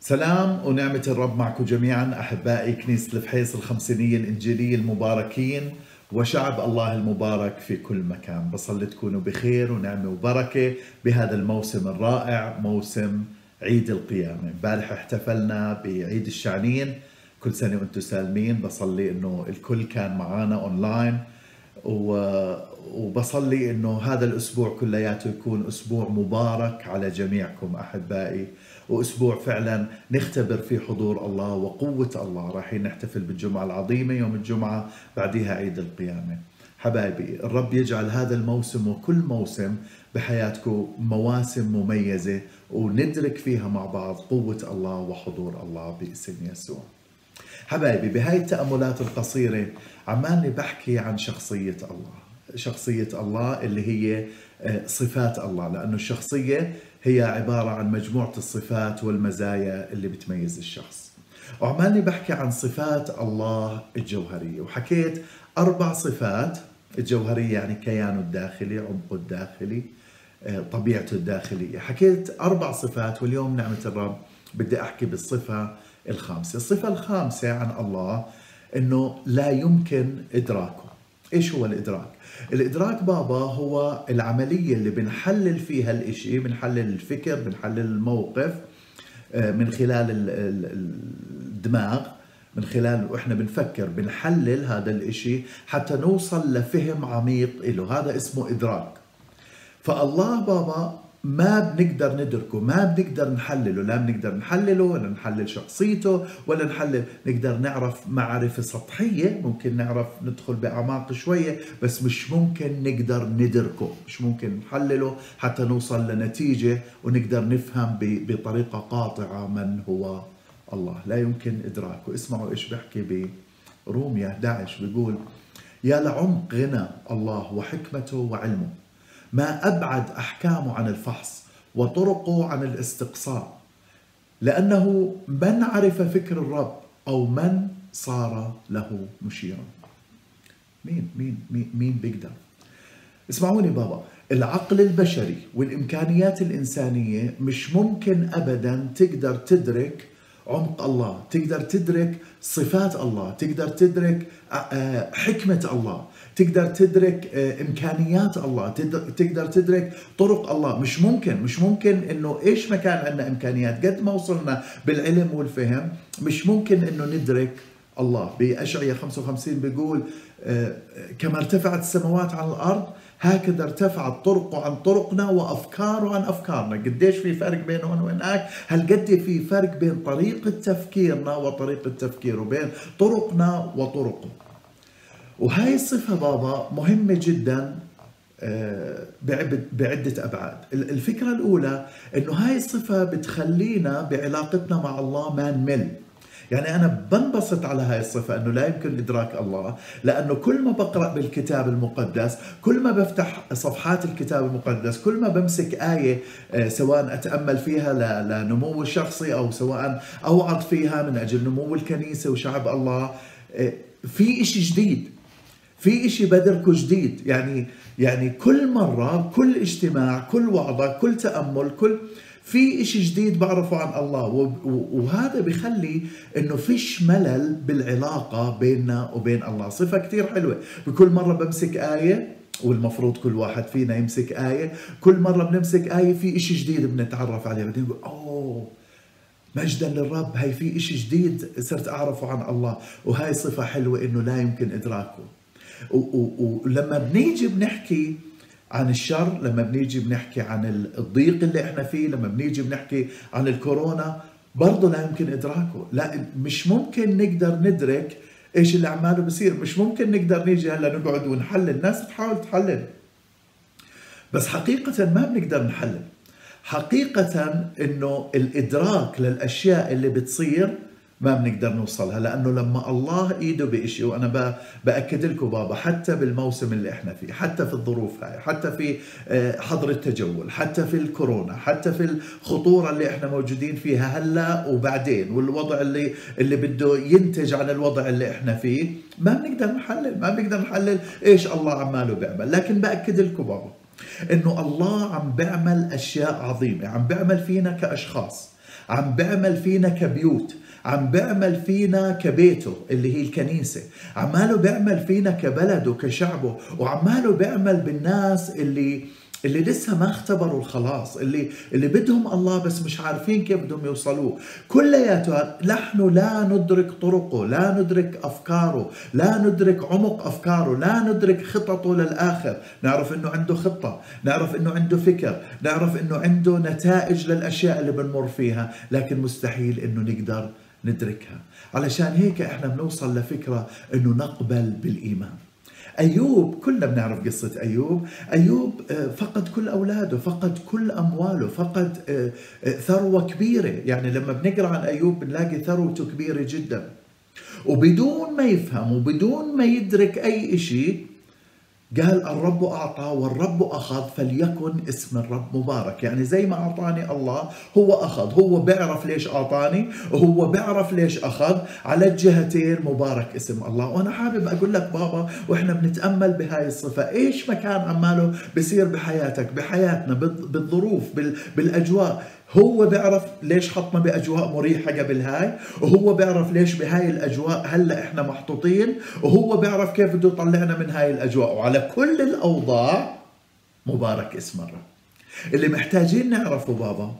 سلام ونعمة الرب معكم جميعا أحبائي كنيسة الفحيص الخمسينية الإنجيلية المباركين وشعب الله المبارك في كل مكان. بصلي تكونوا بخير ونعمة وبركة بهذا الموسم الرائع، موسم عيد القيامة. امبارح احتفلنا بعيد الشعنين، كل سنة وانتم سالمين. بصلي انه الكل كان معنا اونلاين، وبصلي انه هذا الاسبوع كلياته يكون اسبوع مبارك على جميعكم احبائي، واسبوع فعلا نختبر فيه حضور الله وقوة الله. رايحين نحتفل بالجمعة العظيمة يوم الجمعة، بعدها عيد القيامة. حبايبي الرب يجعل هذا الموسم وكل موسم بحياتكم مواسم مميزة، وندرك فيها مع بعض قوة الله وحضور الله باسم يسوع. حبايبي بهاي التأملات القصيرة عمالي بحكي عن شخصية الله، شخصية الله اللي هي صفات الله، لأنه الشخصية هي عبارة عن مجموعة الصفات والمزايا اللي بتميز الشخص. وعمالي بحكي عن صفات الله الجوهرية، وحكيت 4 صفات الجوهرية، يعني كيانه الداخلي، عمقه الداخلي، طبيعته الداخلية. حكيت 4 صفات، واليوم نعمة الرب بدي أحكي بالصفة الخامسة. الصفة الخامسة عن الله إنه لا يمكن إدراكه. إيش هو الإدراك؟ الإدراك بابا هو العملية اللي بنحلل فيها الإشي، بنحلل الفكر، بنحلل الموقف من خلال الدماغ، من خلال وإحنا بنفكر بنحلل هذا الإشي حتى نوصل لفهم عميق إله. هذا اسمه إدراك. فالله بابا ما بنقدر ندركه، ما بنقدر نحلله، لا بنقدر نحلله ولا نحلل شخصيته ولا نقدر نعرف معرفة سطحية، ممكن نعرف ندخل بأعماق شوية، بس مش ممكن نقدر ندركه، مش ممكن نحلله حتى نوصل لنتيجة ونقدر نفهم بطريقة قاطعة من هو الله. لا يمكن إدراكه. اسمعوا إيش بحكي برومية 11، بيقول: يا لعمق غنى الله وحكمته وعلمه، ما أبعد أحكامه عن الفحص وطرقه عن الاستقصاء، لأنه من عرف فكر الرب أو من صار له مشيرا. مين بيقدر؟ اسمعوني بابا، العقل البشري والإمكانيات الإنسانية مش ممكن أبدا تقدر تدرك عمق الله، تقدر تدرك صفات الله، تقدر تدرك حكمة الله، تقدر تدرك إمكانيات الله، تقدر تدرك طرق الله. مش ممكن إنه إيش ما كان عندنا إمكانيات، قد ما وصلنا بالعلم والفهم مش ممكن إنه ندرك الله. بأشعياء 55 بيقول: كما ارتفعت السماوات عن الأرض هكذا ارتفعت طرقه عن طرقنا وأفكاره عن أفكارنا. قديش في فرق بين هون وهناك؟ هل قد في فرق بين طريقة تفكيرنا وطريقة تفكيره، بين طرقنا وطرقه. وهاي الصفة بابا مهمة جدا بعدة أبعاد. الفكرة الأولى إنه هاي الصفة بتخلينا بعلاقتنا مع الله ما نمل. يعني أنا بنبسط على هاي الصفة أنه لا يمكن إدراك الله، لأنه كل ما بقرأ بالكتاب المقدس، كل ما بفتح صفحات الكتاب المقدس، كل ما بمسك آية سواء أتأمل فيها لنمو الشخصي أو سواء أوعظ فيها من أجل نمو الكنيسة وشعب الله، في إشي جديد، في إشي بدركه جديد. يعني كل مرة، كل اجتماع، كل وعظة، كل تأمل، في إشي جديد بعرفه عن الله. وهذا بيخلي إنه فيش ملل بالعلاقة بيننا وبين الله. صفة كتير حلوة. بكل مرة بمسك آية، والمفروض كل واحد فينا يمسك آية، كل مرة بنمسك آية في إشي جديد بنتعرف عليه، بعدين نقول: أوه مجدا للرب، هاي في إشي جديد صرت أعرفه عن الله. وهاي صفة حلوة إنه لا يمكن إدراكه. ولما بنيجي بنحكي عن الشر، لما بنيجي بنحكي عن الضيق اللي احنا فيه، لما بنيجي بنحكي عن الكورونا، برضه لا يمكن إدراكه. لا، مش ممكن نقدر ندرك ايش اللي عماله بصير. مش ممكن نقدر نيجي هلا نقعد ونحلل. الناس بتحاول تحلل، بس حقيقة ما بنقدر نحلل. حقيقة انه الإدراك للأشياء اللي بتصير ما بنقدر نوصلها، لأنه لما الله إيده بإشي، وأنا بأكد لكم بابا، حتى بالموسم اللي إحنا فيه، حتى في الظروف هاي، حتى في حظر التجول، حتى في الكورونا، حتى في الخطورة اللي إحنا موجودين فيها هلأ وبعدين، والوضع اللي بده ينتج عن الوضع اللي إحنا فيه، ما بنقدر نحلل إيش الله عماله بيعمل. لكن بأكد لكم بابا إنه الله عم بيعمل أشياء عظيمة، عم بيعمل فينا كأشخاص، عم بيعمل فينا كبيوت، عم بيعمل فينا كبيته اللي هي الكنيسة، عماله بيعمل فينا كبلده كشعبه، وعماله بيعمل بالناس اللي لسه ما اختبروا الخلاص، اللي بدهم الله بس مش عارفين كيف بدهم يوصلوه. كلياته نحن لا ندرك طرقه، لا ندرك أفكاره، لا ندرك عمق أفكاره، لا ندرك خططه للآخر. نعرف إنه عنده خطة، نعرف إنه عنده فكر، نعرف إنه عنده نتائج للأشياء اللي بنمر فيها، لكن مستحيل إنه نقدر ندركها. علشان هيك إحنا بنوصل لفكرة إنه نقبل بالإيمان. أيوب، كلنا بنعرف قصة أيوب فقد كل أولاده، فقد كل أمواله، فقد ثروة كبيرة. يعني لما بنقرأ عن أيوب بنلاقي ثروته كبيرة جدا، وبدون ما يفهم وبدون ما يدرك أي شيء قال الرب أعطى والرب أخذ فليكن اسم الرب مبارك. يعني زي ما أعطاني الله هو أخذ، هو بيعرف ليش أعطاني وهو بيعرف ليش أخذ، على الجهتين مبارك اسم الله. وأنا حابب أقول لك بابا وإحنا بنتأمل بهاي الصفة، إيش ما كان عماله بصير بحياتك، بحياتنا، بالظروف، بالأجواء، هو بيعرف ليش حطنا بأجواء مريحة قبل هاي، وهو بيعرف ليش بهاي الأجواء هلأ إحنا محطوطين، وهو بيعرف كيف بده يطلعنا من هاي الأجواء. وعلى كل الأوضاع مبارك اسم الرب. اللي محتاجين نعرفه بابا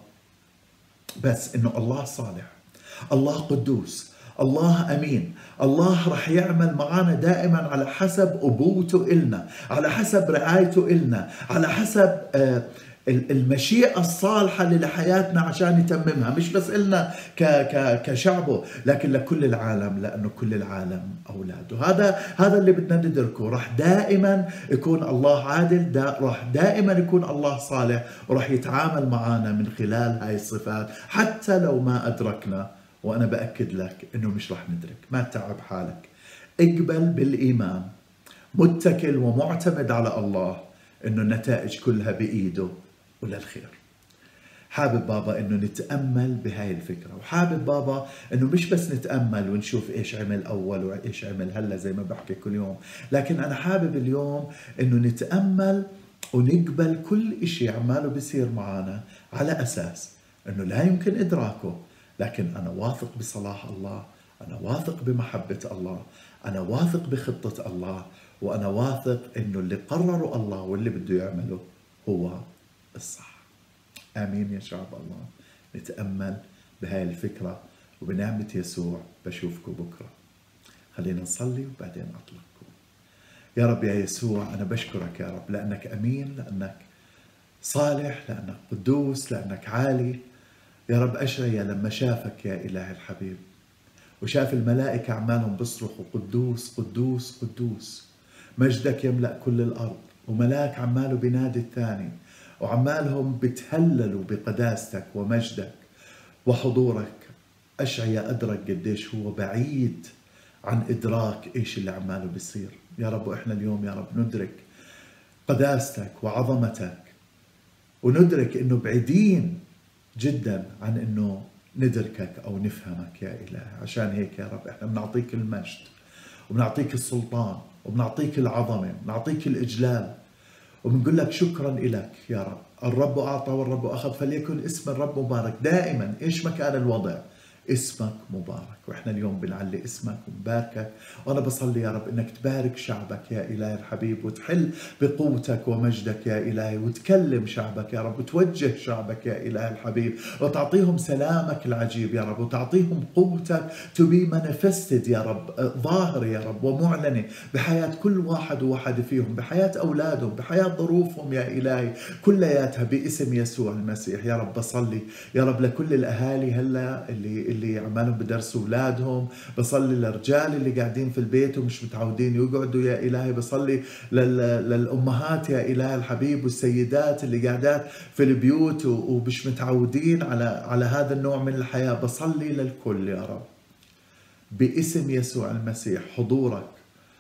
بس إنه الله صالح، الله قدوس، الله أمين، الله رح يعمل معنا دائما على حسب أبوته إلنا، على حسب رعايته إلنا، على حسب المشيئة الصالحة اللي لحياتنا عشان يتممها، مش بس إلنا كشعبه لكن لكل العالم، لأنه كل العالم أولاده. هذا اللي بدنا ندركه. رح دائما يكون الله عادل، رح دائما يكون الله صالح، ورح يتعامل معنا من خلال هاي الصفات حتى لو ما أدركنا. وأنا بأكد لك إنه مش رح ندرك. ما تتعب حالك، اقبل بالإيمان، متكل ومعتمد على الله إنه النتائج كلها بإيده وللخير. حابب بابا إنه نتأمل بهاي الفكرة، وحابب بابا إنه مش بس نتأمل ونشوف إيش عمل أول وإيش عمل هلا زي ما بحكي كل يوم، لكن أنا حابب اليوم إنه نتأمل ونقبل كل إشي عماله بيصير معنا على أساس إنه لا يمكن إدراكه، لكن أنا واثق بصلاح الله، أنا واثق بمحبة الله، أنا واثق بخطة الله، وأنا واثق إنه اللي قرره الله واللي بده يعمله هو الصح. آمين يا شعب الله. نتأمل بهاي الفكرة، وبنعمة يسوع بشوفكم بكرة. خلينا نصلي وبعدين أطلقكم. يا رب يا يسوع، أنا بشكرك يا رب لأنك أمين، لأنك صالح، لأنك قدوس، لأنك عالي. يا رب أشعيا لما شافك يا إله الحبيب وشاف الملائكة عمالهم بيصرخوا قدوس قدوس قدوس، مجدك يملأ كل الأرض، وملاك عماله بينادي الثاني، وعمالهم بتهللوا بقداستك ومجدك وحضورك. أشعيا أدرك قديش هو بعيد عن إدراك إيش اللي عماله بيصير. يا رب وإحنا اليوم يا رب ندرك قداستك وعظمتك، وندرك إنه بعيدين جدا عن إنه ندركك أو نفهمك يا إله. عشان هيك يا رب إحنا بنعطيك المجد وبنعطيك السلطان وبنعطيك العظمة وبنعطيك الإجلال، وبنقول لك شكرا إلك يا رب. الرب أعطى والرب أخذ فليكن اسم الرب مبارك. دائما إيش ما كان الوضع اسمك مبارك، وإحنا اليوم بنعلي اسمك ونباركك. وأنا بصلي يا رب إنك تبارك شعبك يا إلهي الحبيب، وتحل بقوتك ومجدك يا إلهي، وتكلم شعبك يا رب، وتوجه شعبك يا إلهي الحبيب، وتعطيهم سلامك العجيب يا رب، وتعطيهم قوتك to be manifested يا رب، ظاهرة يا رب ومعلنة بحياة كل واحد وواحد فيهم، بحياة أولادهم، بحياة ظروفهم يا إلهي كلياتها باسم يسوع المسيح. يا رب بصلي يا رب لكل الأهالي هلا اللي عمالهم بدرسوا أولادهم، بصلي للرجال اللي قاعدين في البيت ومش متعودين يقعدوا يا إلهي، بصلي للأمهات يا إلهي الحبيب والسيدات اللي قاعدات في البيوت ومش متعودين على هذا النوع من الحياة. بصلي للكل يا رب باسم يسوع المسيح، حضورك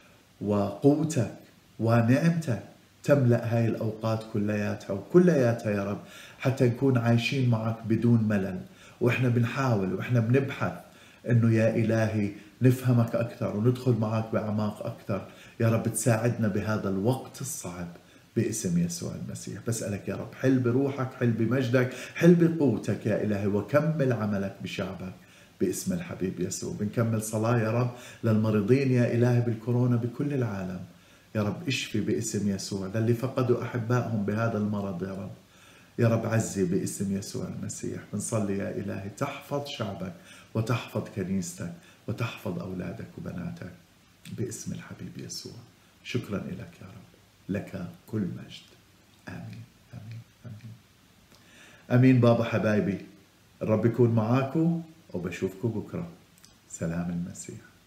وقوتك ونعمتك تملأ هاي الأوقات كلياتها وكلياتها يا رب، حتى نكون عايشين معك بدون ملل، وإحنا بنحاول وإحنا بنبحث إنه يا إلهي نفهمك أكثر وندخل معك بأعماق أكثر. يا رب تساعدنا بهذا الوقت الصعب باسم يسوع المسيح. بسألك يا رب، حل بروحك، حل بمجدك، حل بقوتك يا إلهي، وكمل عملك بشعبك باسم الحبيب يسوع. بنكمل صلاة يا رب للمريضين يا إلهي بالكورونا بكل العالم. يا رب اشفي باسم يسوع للي فقدوا أحبائهم بهذا المرض يا رب. يا رب عزي باسم يسوع المسيح. بنصلي يا إلهي تحفظ شعبك وتحفظ كنيستك وتحفظ أولادك وبناتك باسم الحبيب يسوع. شكرا لك يا رب، لك كل مجد. آمين آمين آمين آمين. بابا حبايبي، الرب يكون معاكم وبشوفكم بكرة. سلام المسيح.